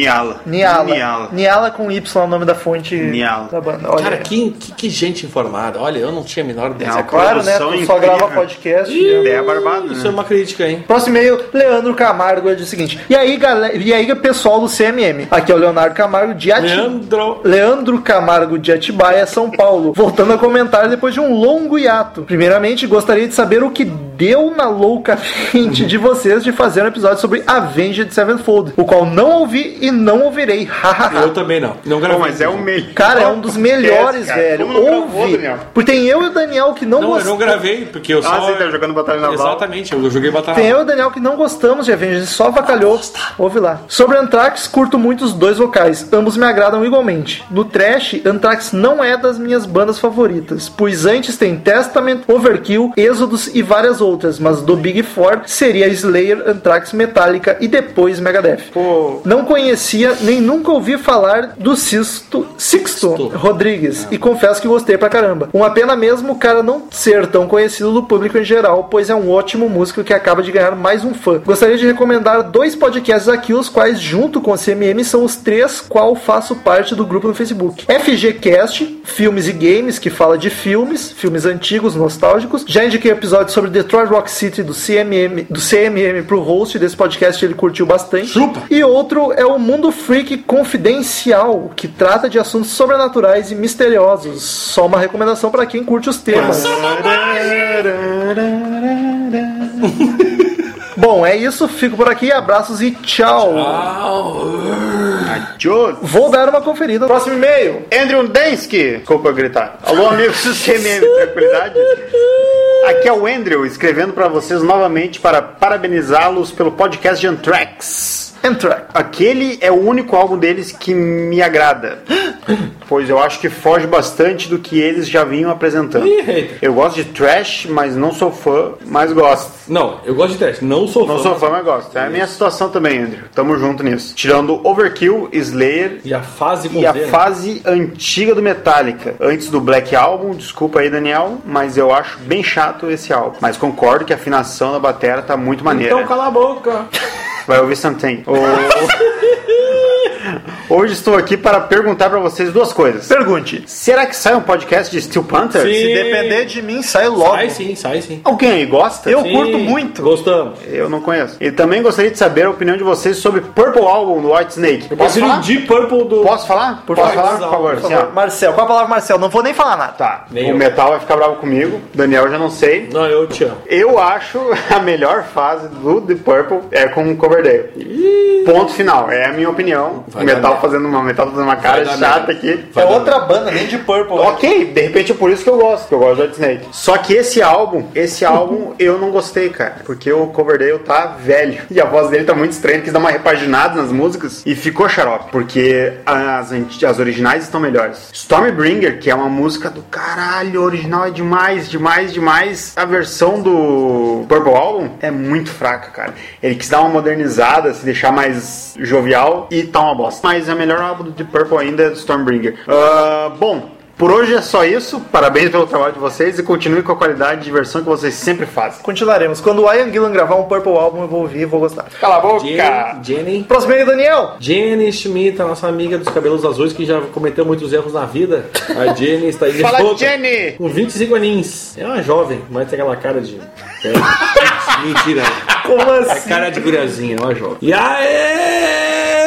Niala com Y é o nome da fonte Niala. da banda. Olha, cara, que gente informada. Olha, eu não tinha a menor ideia. É, claro, né? Tu só incrível. grava podcast. Ideia barbada, Isso né? é uma crítica, hein? Próximo e-mail, Leandro Camargo, diz o seguinte: E aí, galera, e aí, pessoal do CMM? Aqui é o Leonardo Camargo de Leandro Camargo de Atibaia, São Paulo. Voltando a comentar depois de um longo hiato. Primeiramente, gostaria de saber o que deu na louca mente de vocês de fazer um episódio sobre Avenged Sevenfold, o qual não ouvi e não ouvirei. Eu também não. Não gravei. Mas é o melhor. Cara, é um dos melhores, cara. velho. Como não gravou, Ouve. Daniel? Porque tem eu e o Daniel que não Não, eu não gravei, porque eu só... você tá jogando Batalha Naval. Exatamente, eu joguei Batalha Tem Naval. eu e o Daniel que não gostamos de Avenged, só vacalhou. Ouve lá. Sobre Anthrax, curto muito os dois vocais. Ambos me agradam igualmente. No thrash, Anthrax não é das minhas bandas favoritas, pois antes tem Testament, Overkill, Exodus e várias outras, mas do Big Four seria Slayer, Anthrax, Metallica e depois Megadeth. Pô. Não conhecia nem nunca ouvi falar do Sixto Rodrigues e confesso que gostei pra caramba. Uma pena mesmo o cara não ser tão conhecido do público em geral, pois é um ótimo músico que acaba de ganhar mais um fã. Gostaria de recomendar 2 podcasts aqui, os quais junto com o CMM são os 3 qual faço parte do grupo no Facebook. FGCast, Filmes e Games, que fala de filmes antigos, nostálgicos. Já indiquei episódio sobre Detroit Rock City do CMM pro host desse podcast, ele curtiu bastante. Chupa. E outro é o Mundo Freak Confidencial, que trata de assuntos sobrenaturais e misteriosos. Só uma recomendação para quem curte os temas. Bom, é isso, fico por aqui, abraços e tchau. Adiós. Vou dar uma conferida. Próximo e-mail. Andrew Densky. Desculpa eu gritar. Alô, amigos do CMM, tranquilidade? Aqui é o Andrew, escrevendo para vocês novamente para parabenizá-los pelo podcast de Anthrax. Aquele é o único álbum deles que me agrada, pois eu acho que foge bastante do que eles já vinham apresentando. Eu gosto de thrash, mas não sou fã, mas gosto. Não, eu gosto de thrash, não sou fã, mas gosto. É a minha situação também, Andrew. Tamo junto nisso. Tirando Overkill, Slayer e a fase a fase antiga do Metallica, antes do Black Album. Desculpa aí, Daniel, mas eu acho bem chato esse álbum. Mas concordo que a afinação da bateria tá muito maneira. Então cala a boca. Vai ouvir something. Hoje estou aqui para perguntar para vocês 2 coisas. Pergunte. Será que sai um podcast de Steel Panther? Sim. Se depender de mim, sai logo. Sai sim. Alguém aí gosta? Eu curto muito. Gostamos. Eu não conheço. E também gostaria de saber a opinião de vocês sobre Purple Album do White Snake. Posso falar? De Purple do... Posso falar? Por favor. Assim, Marcel, qual a palavra Marcel? Não vou nem falar nada. Tá. Nem o Metal vai ficar bravo comigo. Daniel já não sei. Não, eu te amo. Eu acho a melhor fase do The Purple é com o Coverdale. Ponto final. É a minha opinião. O Metal fazendo uma cara chata aqui. É outra banda, nem de Purple. Ok, de repente é por isso que eu gosto do White Snake. Só que esse álbum eu não gostei, cara. Porque o Coverdale tá velho. E a voz dele tá muito estranha, quis dar uma repaginada nas músicas e ficou xarope. Porque as originais estão melhores. Stormbringer, que é uma música do caralho, original é demais. A versão do Purple Album é muito fraca, cara. Ele quis dar uma modernizada, se deixar mais jovial e tá uma bosta. Mas a melhor álbum de Purple ainda é Stormbringer. Bom, Por hoje é só isso. Parabéns pelo trabalho de vocês e continue com a qualidade de diversão que vocês sempre fazem. Continuaremos. Quando o Ian Gillan gravar um Purple Album, eu vou ouvir e vou gostar. Cala a boca! Jenny. Próximo aí, Daniel. Jenny Schmidt, a nossa amiga dos cabelos azuis que já cometeu muitos erros na vida. A Jenny está aí de Fala, volta. Jenny! Com 25 aninhos. É uma jovem, mas tem aquela cara de... Mentira. Como É assim? cara de guriazinha, é uma jovem. E aí...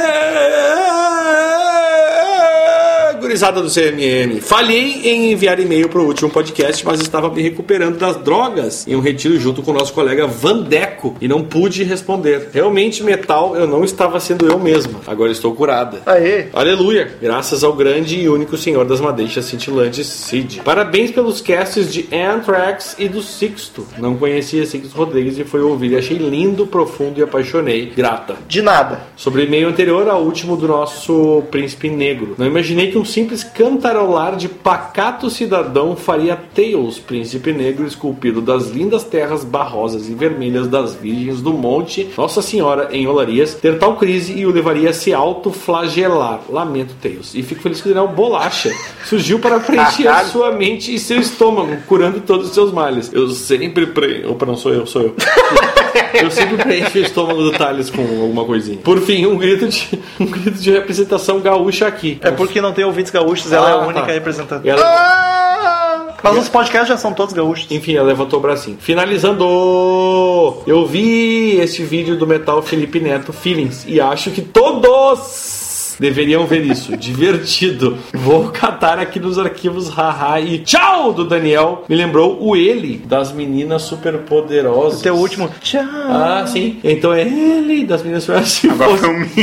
Gurizada do CMM. Falhei em enviar e-mail pro último podcast, mas estava me recuperando das drogas em um retiro junto com o nosso colega Vandeco e não pude responder. Realmente, metal, eu não estava sendo eu mesma. Agora estou curada. Aê. Aleluia! Graças ao grande e único senhor das madeixas cintilantes, Cid. Parabéns pelos casts de Anthrax e do Sixto. Não conhecia Sixto Rodrigues e foi ouvir e achei lindo, profundo e apaixonei. Grata. De nada. Sobre o e-mail anterior ao último do nosso Príncipe Negro. Não imaginei que um simples cantarolar de pacato cidadão faria Tails, Príncipe Negro esculpido das lindas terras barrosas e vermelhas das Virgens do Monte Nossa Senhora em Olarias, ter tal crise e o levaria a se autoflagelar. Lamento, Tails. E fico feliz que o Daniel Bolacha surgiu para preencher sua mente e seu estômago, curando todos os seus males. Eu sempre Opa, não sou eu, sou eu. Eu sempre preencho o estômago do Thales com alguma coisinha. Por fim, um grito de representação gaúcha aqui. É porque não tem ouvintes gaúchos, ela é a única tá. representando. Ela... Mas os podcasts já são todos gaúchos. Enfim, ela levantou o bracinho. Finalizando! Eu vi esse vídeo do Metal Felipe Neto, Feelings, e acho que todos deveriam ver isso. Divertido. Vou catar aqui nos arquivos, haha, e tchau do Daniel. Me lembrou o ele das meninas superpoderosas. O teu último tchau. Ah, sim. Então é ele das meninas superpoderosas. Agora foi um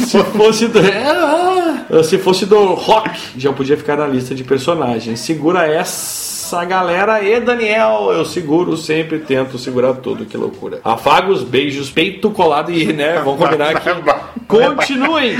Se fosse do rock, já podia ficar na lista de personagens. Segura essa galera e Daniel, eu seguro, sempre tento segurar tudo, que loucura. Afagos, beijos, peito colado e, né, vamos combinar aqui. Continuem,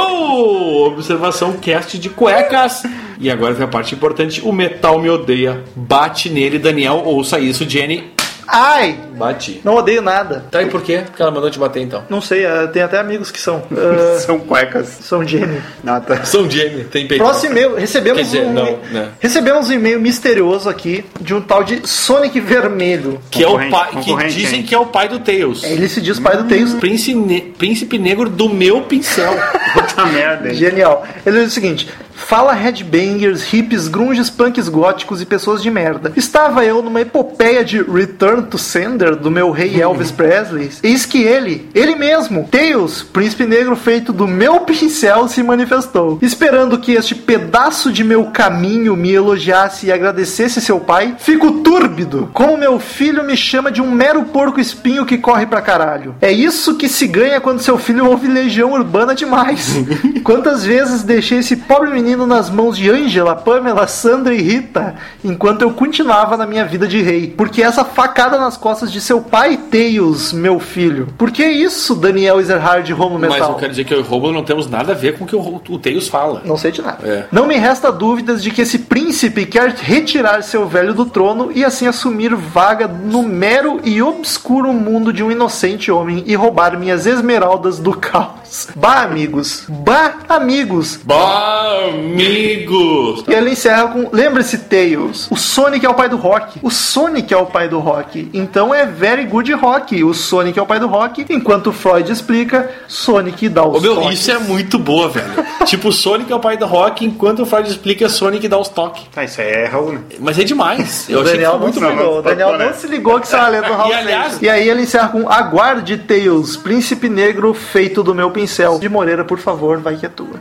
show! Observação, cast de cuecas. E agora vem a parte importante, o metal me odeia. Bate nele, Daniel, ouça isso, Jenny. Ai! Bati. Não odeio nada. Tá, e por quê? Porque ela mandou te bater, então. Não sei, tem até amigos que são. São cuecas. São gênio. Nada. São Jenny, tem peito. Próximo e-mail, recebemos Quer dizer, não, né? Recebemos um e-mail misterioso aqui de um tal de Sonic Vermelho. Que é o pai, que Concorrente, dizem hein? que é o pai do Tails. Ele se diz pai do Tails. Príncipe Negro do meu pincel. Puta merda, hein? Genial. Ele diz o seguinte: fala headbangers, hippies, grunges, punks góticos e pessoas de merda. Estava eu numa epopeia de Return to Sender do meu rei Elvis Presley. Eis que ele mesmo, Tails, príncipe negro feito do meu pincel, se manifestou. Esperando que este pedaço de meu caminho me elogiasse e agradecesse seu pai, fico túrbido. Como meu filho me chama de um mero porco espinho que corre pra caralho. É isso que se ganha quando seu filho ouve Legião Urbana demais. Quantas vezes deixei esse pobre menino nas mãos de Angela, Pamela, Sandra e Rita, enquanto eu continuava na minha vida de rei. Porque essa facada nas costas de seu pai, Tails, meu filho. Por que isso, Daniel Ezerhard, Romulo Metal? Mas eu quero dizer que eu e o Romulo não temos nada a ver com o que o Tails fala. Não sei de nada. É. Não me resta dúvidas de que esse príncipe quer retirar seu velho do trono e assim assumir vaga no mero e obscuro mundo de um inocente homem e roubar minhas esmeraldas do caos. Bah, amigos. Bah, amigos. Bah, amigos! E ele encerra com: lembre-se, Tails, o Sonic é o pai do rock. O Sonic é o pai do rock. Então é very good rock. O Sonic é o pai do rock. Enquanto Freud explica, Sonic dá os toques. Isso é muito boa, velho. Tipo, o Sonic é o pai do rock, enquanto o Freud explica, Sonic dá os toques. Tá, isso aí é Raul, né? Mas é demais. Eu O achei que Daniel foi não muito se ligou. bom. O Daniel não se ligou que isso é uma letra do Raul E, aliás- Seixas. E aí ele encerra com: aguarde, Tails, príncipe negro feito do meu pincel. De Moreira, por favor, vai que é tua.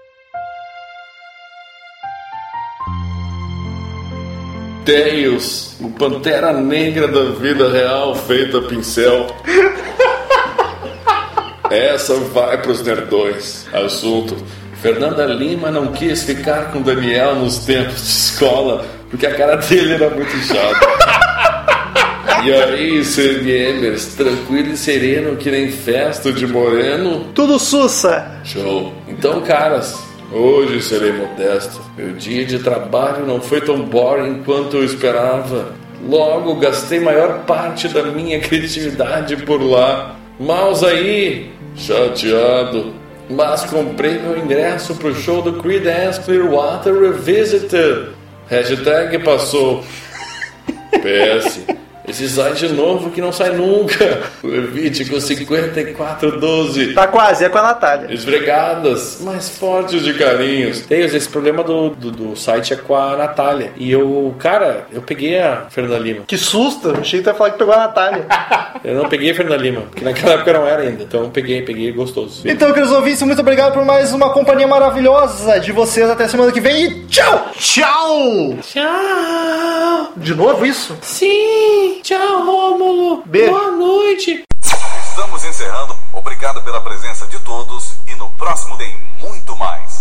Tails, o Pantera Negra da vida real feito a pincel. Essa vai pros nerdões. Assunto: Fernanda Lima não quis ficar com Daniel nos tempos de escola porque a cara dele era muito chata. E aí, CMMers, tranquilo e sereno que nem festa de moreno? Tudo sussa. Show. Então, caras, hoje serei modesto. Meu dia de trabalho não foi tão boring quanto eu esperava. Logo, gastei maior parte da minha criatividade por lá. Mouse aí, chateado. Mas comprei meu ingresso pro show do Creedence Clearwater Revisited. Hashtag passou. PS. Esse site novo que não sai nunca. O Evite com 5412. Tá quase, é com a Natália. Esfregadas mais fortes de carinhos. Teus, esse problema do site é com a Natália. E eu peguei a Fernanda Lima. Que susto, achei que tu ia falar que pegou a Natália. Eu não peguei a Fernanda Lima, porque naquela época não era ainda. Então peguei gostoso. Então, queridos ouvintes, muito obrigado por mais uma companhia maravilhosa de vocês. Até semana que vem e tchau! Tchau! Tchau! De novo isso? Sim! Tchau, Rômulo! Beijo. Boa noite! Estamos encerrando. Obrigado pela presença de todos e no próximo tem muito mais.